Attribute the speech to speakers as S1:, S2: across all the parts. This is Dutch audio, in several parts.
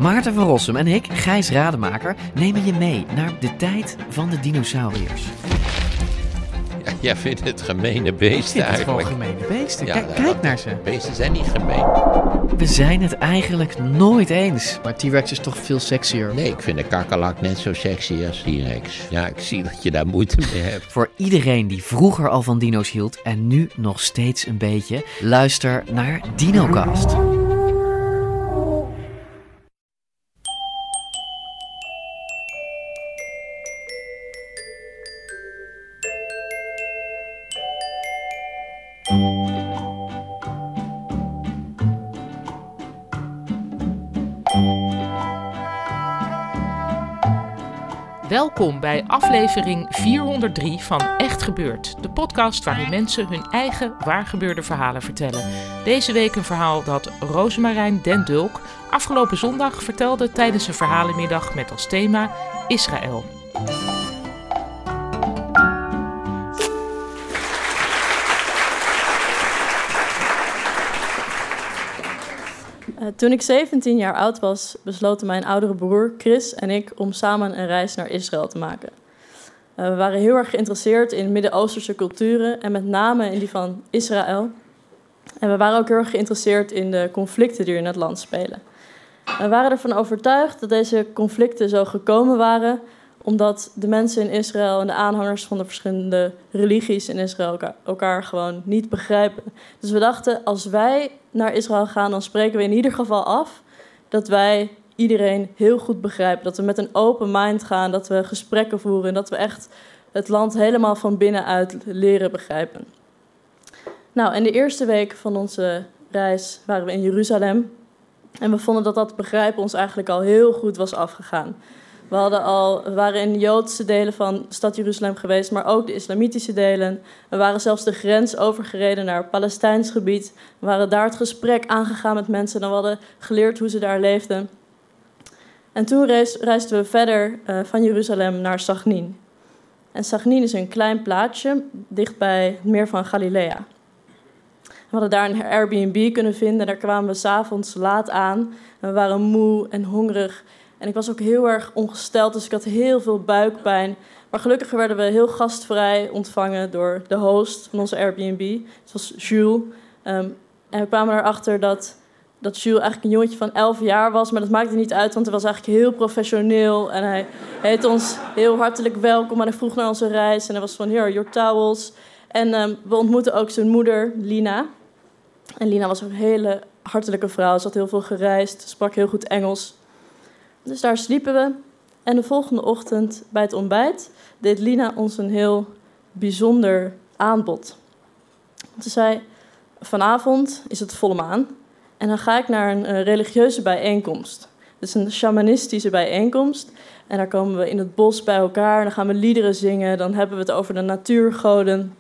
S1: Maarten van Rossum en ik, Gijs Rademaker, nemen je mee naar de tijd van de dinosauriërs.
S2: Ja, jij vindt het gemene beesten eigenlijk.
S3: Het gewoon gemene beesten.
S2: Ja,
S3: Kijk naar ze.
S2: Beesten zijn niet gemeen.
S1: We zijn het eigenlijk nooit eens.
S3: Maar T-Rex is toch veel sexier.
S2: Nee, ik vind de kakkerlak net zo sexy als T-Rex. Ja, ik zie dat je daar moeite mee hebt.
S1: Voor iedereen die vroeger al van dino's hield en nu nog steeds een beetje, luister naar DinoCast.
S4: Welkom bij aflevering 403 van Echt Gebeurd. De podcast waarin mensen hun eigen waargebeurde verhalen vertellen. Deze week een verhaal dat Rosemarijn den Dulk afgelopen zondag vertelde tijdens een verhalenmiddag met als thema Israël.
S5: Toen ik 17 jaar oud was, besloten mijn oudere broer Chris en ik om samen een reis naar Israël te maken. We waren heel erg geïnteresseerd in Midden-Oosterse culturen en met name in die van Israël. En we waren ook heel erg geïnteresseerd in de conflicten die er in het land spelen. We waren ervan overtuigd dat deze conflicten zo gekomen waren omdat de mensen in Israël en de aanhangers van de verschillende religies in Israël elkaar gewoon niet begrijpen. Dus we dachten, als wij naar Israël gaan, dan spreken we in ieder geval af dat wij iedereen heel goed begrijpen. Dat we met een open mind gaan, dat we gesprekken voeren en dat we echt het land helemaal van binnenuit leren begrijpen. Nou, in de eerste week van onze reis waren we in Jeruzalem. En we vonden dat dat begrijpen ons eigenlijk al heel goed was afgegaan. We waren in de Joodse delen van de stad Jeruzalem geweest, maar ook de islamitische delen. We waren zelfs de grens overgereden naar het Palestijns gebied. We waren daar het gesprek aangegaan met mensen en we hadden geleerd hoe ze daar leefden. En toen reisden we verder van Jeruzalem naar Sagnin. En Sagnin is een klein plaatsje dichtbij het meer van Galilea. We hadden daar een Airbnb kunnen vinden. Daar kwamen we 's avonds laat aan. En we waren moe en hongerig. En ik was ook heel erg ongesteld, dus ik had heel veel buikpijn. Maar gelukkig werden we heel gastvrij ontvangen door de host van onze Airbnb. Het was Jules. En we kwamen erachter dat Jules eigenlijk een jongetje van 11 jaar was. Maar dat maakte niet uit, want hij was eigenlijk heel professioneel. En hij heette ons heel hartelijk welkom. En hij vroeg naar onze reis. En hij was van, here, your towels. En we ontmoetten ook zijn moeder, Lina. En Lina was ook een hele hartelijke vrouw. Ze had heel veel gereisd, sprak heel goed Engels. Dus daar sliepen we. En de volgende ochtend bij het ontbijt deed Lina ons een heel bijzonder aanbod. Ze zei, vanavond is het volle maan. En dan ga ik naar een religieuze bijeenkomst. Dus een shamanistische bijeenkomst. En daar komen we in het bos bij elkaar. En dan gaan we liederen zingen. Dan hebben we het over de natuurgoden.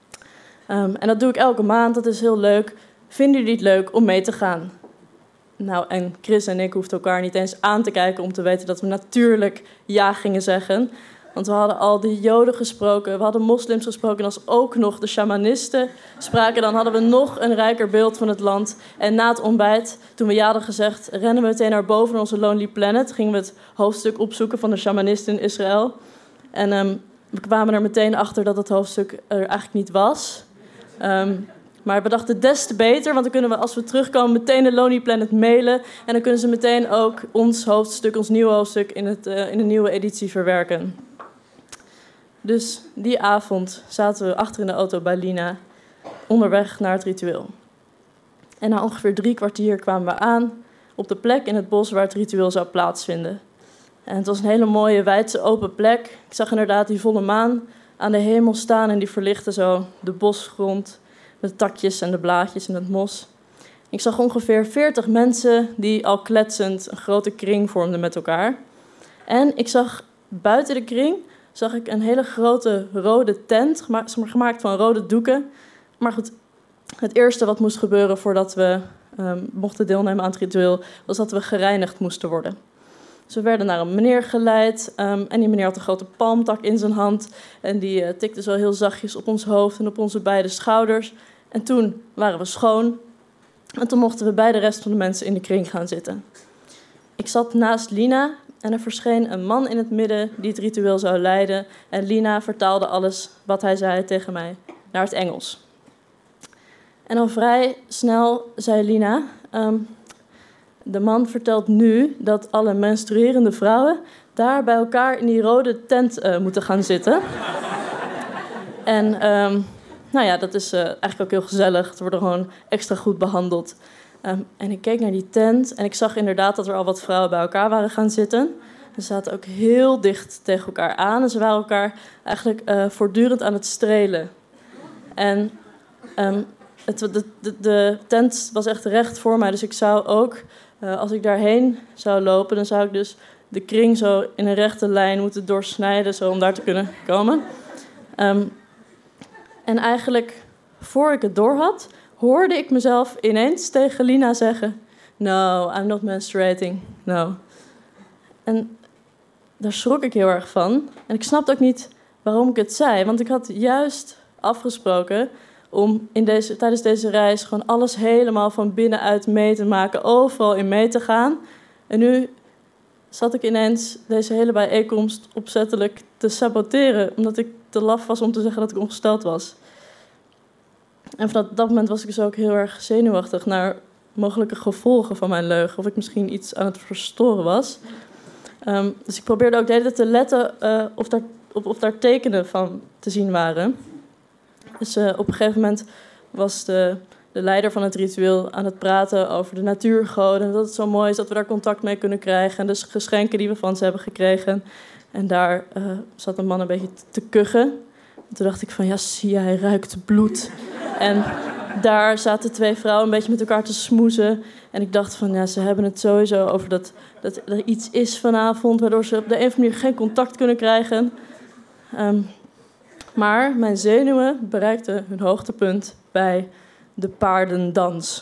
S5: En dat doe ik elke maand. Dat is heel leuk. Vinden jullie het leuk om mee te gaan? Nou, en Chris en ik hoefden elkaar niet eens aan te kijken om te weten dat we natuurlijk ja gingen zeggen. Want we hadden al de Joden gesproken, we hadden moslims gesproken. En als ook nog de shamanisten spraken, dan hadden we nog een rijker beeld van het land. En na het ontbijt, toen we ja hadden gezegd, rennen we meteen naar boven naar onze Lonely Planet. Gingen we het hoofdstuk opzoeken van de shamanisten in Israël. En we kwamen er meteen achter dat het hoofdstuk er eigenlijk niet was. Maar we dachten des te beter, want dan kunnen we als we terugkomen meteen de Lonely Planet mailen. En dan kunnen ze meteen ook ons nieuwe hoofdstuk in de nieuwe editie verwerken. Dus die avond zaten we achter in de auto bij Lina, onderweg naar het ritueel. En na ongeveer 3 kwartier kwamen we aan op de plek in het bos waar het ritueel zou plaatsvinden. En het was een hele mooie, wijdse, open plek. Ik zag inderdaad die volle maan aan de hemel staan en die verlichtte zo de bosgrond, de takjes en de blaadjes en het mos. Ik zag ongeveer 40 mensen die al kletsend een grote kring vormden met elkaar. En ik zag buiten de kring een hele grote rode tent, gemaakt van rode doeken. Maar goed, het eerste wat moest gebeuren voordat we mochten deelnemen aan het ritueel, was dat we gereinigd moesten worden. Dus we werden naar een meneer geleid en die meneer had een grote palmtak in zijn hand. En die tikte zo heel zachtjes op ons hoofd en op onze beide schouders. En toen waren we schoon. En toen mochten we bij de rest van de mensen in de kring gaan zitten. Ik zat naast Lina en er verscheen een man in het midden die het ritueel zou leiden. En Lina vertaalde alles wat hij zei tegen mij naar het Engels. En al vrij snel zei Lina... de man vertelt nu dat alle menstruerende vrouwen daar bij elkaar in die rode tent moeten gaan zitten. En dat is eigenlijk ook heel gezellig. Ze worden gewoon extra goed behandeld. En ik keek naar die tent en ik zag inderdaad dat er al wat vrouwen bij elkaar waren gaan zitten. Ze zaten ook heel dicht tegen elkaar aan en ze waren elkaar eigenlijk voortdurend aan het strelen. En de tent was echt recht voor mij, dus ik zou ook, als ik daarheen zou lopen, dan zou ik dus de kring zo in een rechte lijn moeten doorsnijden, zo om daar te kunnen komen. En eigenlijk, voor ik het door had, hoorde ik mezelf ineens tegen Lina zeggen... No, I'm not menstruating, no. En daar schrok ik heel erg van. En ik snapte ook niet waarom ik het zei. Want ik had juist afgesproken om tijdens deze reis... gewoon alles helemaal van binnenuit mee te maken. Overal in mee te gaan. En nu zat ik ineens deze hele bijeenkomst opzettelijk te saboteren. Omdat ik te laf was om te zeggen dat ik ongesteld was. En vanaf dat moment was ik dus ook heel erg zenuwachtig naar mogelijke gevolgen van mijn leugen. Of ik misschien iets aan het verstoren was. Dus ik probeerde ook de hele tijd te letten of daar tekenen van te zien waren. Dus op een gegeven moment was de leider van het ritueel aan het praten over de natuurgoden. En dat het zo mooi is dat we daar contact mee kunnen krijgen. En dus geschenken die we van ze hebben gekregen. En daar zat een man een beetje te kuchen. En toen dacht ik van, ja, zie je, hij ruikt bloed. En daar zaten 2 vrouwen een beetje met elkaar te smoezen. En ik dacht van, ja, ze hebben het sowieso over dat er iets is vanavond... waardoor ze op de een of andere manier geen contact kunnen krijgen. Maar mijn zenuwen bereikten hun hoogtepunt bij de paardendans.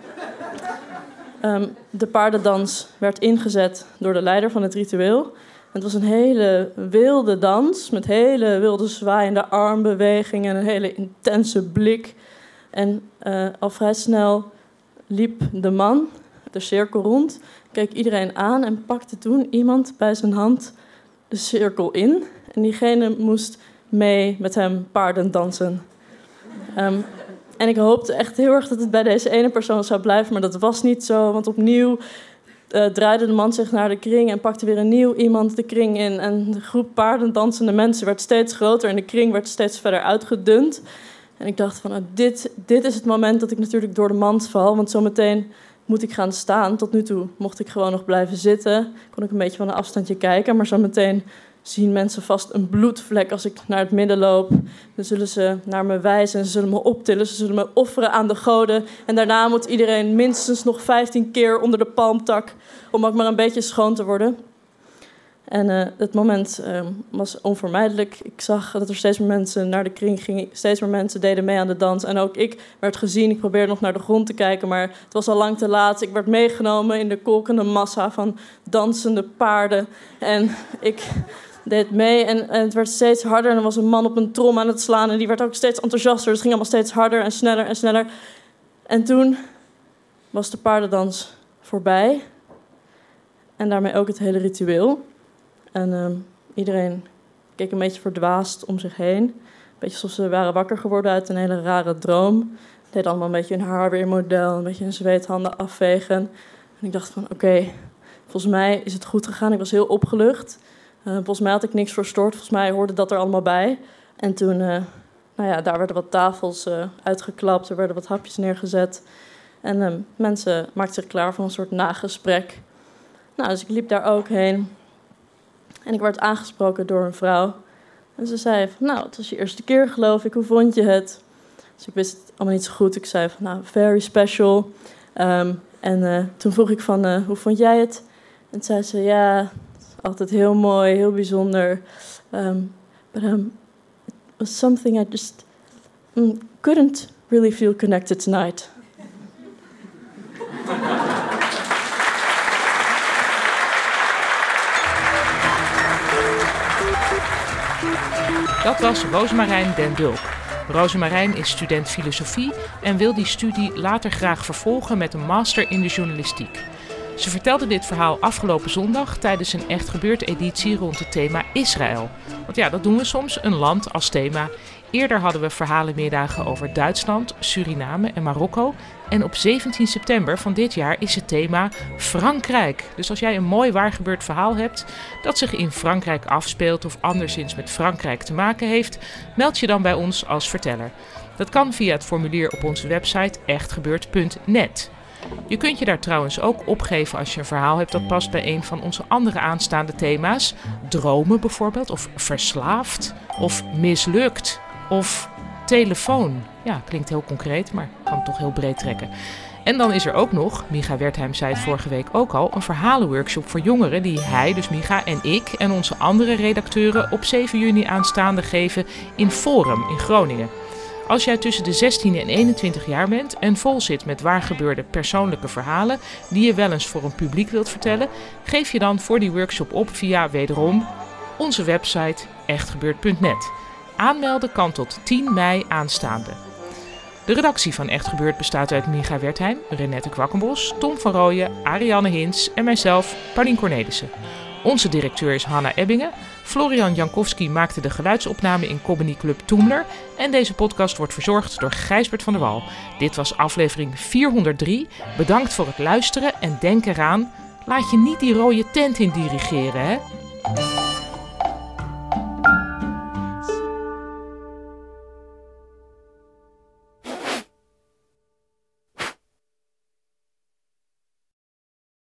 S5: De paardendans werd ingezet door de leider van het ritueel... Het was een hele wilde dans met hele wilde zwaaiende armbewegingen en een hele intense blik. En al vrij snel liep de man de cirkel rond, keek iedereen aan en pakte toen iemand bij zijn hand de cirkel in. En diegene moest mee met hem paardendansen. En ik hoopte echt heel erg dat het bij deze ene persoon zou blijven, maar dat was niet zo, want opnieuw... draaide de man zich naar de kring en pakte weer een nieuw iemand de kring in. En de groep paardendansende mensen werd steeds groter en de kring werd steeds verder uitgedund. En ik dacht van, dit is het moment dat ik natuurlijk door de mand val. Want zometeen moet ik gaan staan. Tot nu toe mocht ik gewoon nog blijven zitten. Kon ik een beetje van een afstandje kijken. Maar zometeen zien mensen vast een bloedvlek als ik naar het midden loop. Dan zullen ze naar me wijzen en ze zullen me optillen. Ze zullen me offeren aan de goden. En daarna moet iedereen minstens nog 15 keer onder de palmtak... om ook maar een beetje schoon te worden. En het moment was onvermijdelijk. Ik zag dat er steeds meer mensen naar de kring gingen. Steeds meer mensen deden mee aan de dans. En ook ik werd gezien. Ik probeerde nog naar de grond te kijken, maar het was al lang te laat. Ik werd meegenomen in de kolkende massa van dansende paarden. En ik deed mee en het werd steeds harder. En er was een man op een trom aan het slaan en die werd ook steeds enthousiaster. Dus het ging allemaal steeds harder en sneller en sneller. En toen was de paardendans voorbij. En daarmee ook het hele ritueel. En iedereen keek een beetje verdwaasd om zich heen. Een beetje alsof ze waren wakker geworden uit een hele rare droom. Deed allemaal een beetje hun haar weer in model. Een beetje hun zweethanden afvegen. En ik dacht van oké, volgens mij is het goed gegaan. Ik was heel opgelucht. Volgens mij had ik niks verstoord. Volgens mij hoorde dat er allemaal bij. En toen, daar werden wat tafels uitgeklapt. Er werden wat hapjes neergezet. En mensen maakten zich klaar voor een soort nagesprek. Nou, dus ik liep daar ook heen. En ik werd aangesproken door een vrouw. En ze zei van, nou, het was je eerste keer, geloof ik. Hoe vond je het? Dus ik wist het allemaal niet zo goed. Ik zei van, nou, very special. Toen vroeg ik van, hoe vond jij het? En zei ze, ja, altijd heel mooi, heel bijzonder. But it was something I just couldn't really feel connected tonight.
S4: Dat was Rosemarijn den Dulk. Rosemarijn is student filosofie en wil die studie later graag vervolgen met een master in de journalistiek. Ze vertelde dit verhaal afgelopen zondag tijdens een Echt Gebeurd editie rond het thema Israël. Want ja, dat doen we soms, een land als thema. Eerder hadden we verhalenmiddagen over Duitsland, Suriname en Marokko. En op 17 september van dit jaar is het thema Frankrijk. Dus als jij een mooi waargebeurd verhaal hebt dat zich in Frankrijk afspeelt of anderszins met Frankrijk te maken heeft, meld je dan bij ons als verteller. Dat kan via het formulier op onze website echtgebeurd.net. Je kunt je daar trouwens ook opgeven als je een verhaal hebt dat past bij een van onze andere aanstaande thema's. Dromen bijvoorbeeld, of verslaafd, of mislukt, of telefoon. Ja, klinkt heel concreet, maar kan het toch heel breed trekken. En dan is er ook nog, Micha Wertheim zei het vorige week ook al, een verhalenworkshop voor jongeren die hij, dus Micha en ik en onze andere redacteuren op 7 juni aanstaande geven in Forum in Groningen. Als jij tussen de 16 en 21 jaar bent en vol zit met waargebeurde persoonlijke verhalen die je wel eens voor een publiek wilt vertellen, geef je dan voor die workshop op via wederom onze website echtgebeurd.net. Aanmelden kan tot 10 mei aanstaande. De redactie van Echt Gebeurd bestaat uit Micha Wertheim, Renette Kwakkenbos, Tom van Rooyen, Ariane Hins en mijzelf, Paulien Cornelissen. Onze directeur is Hanna Ebbingen. Florian Jankowski maakte de geluidsopname in Comedy Club Toemler. En deze podcast wordt verzorgd door Gijsbert van der Wal. Dit was aflevering 403. Bedankt voor het luisteren en denk eraan, laat je niet die rode tent in dirigeren, hè?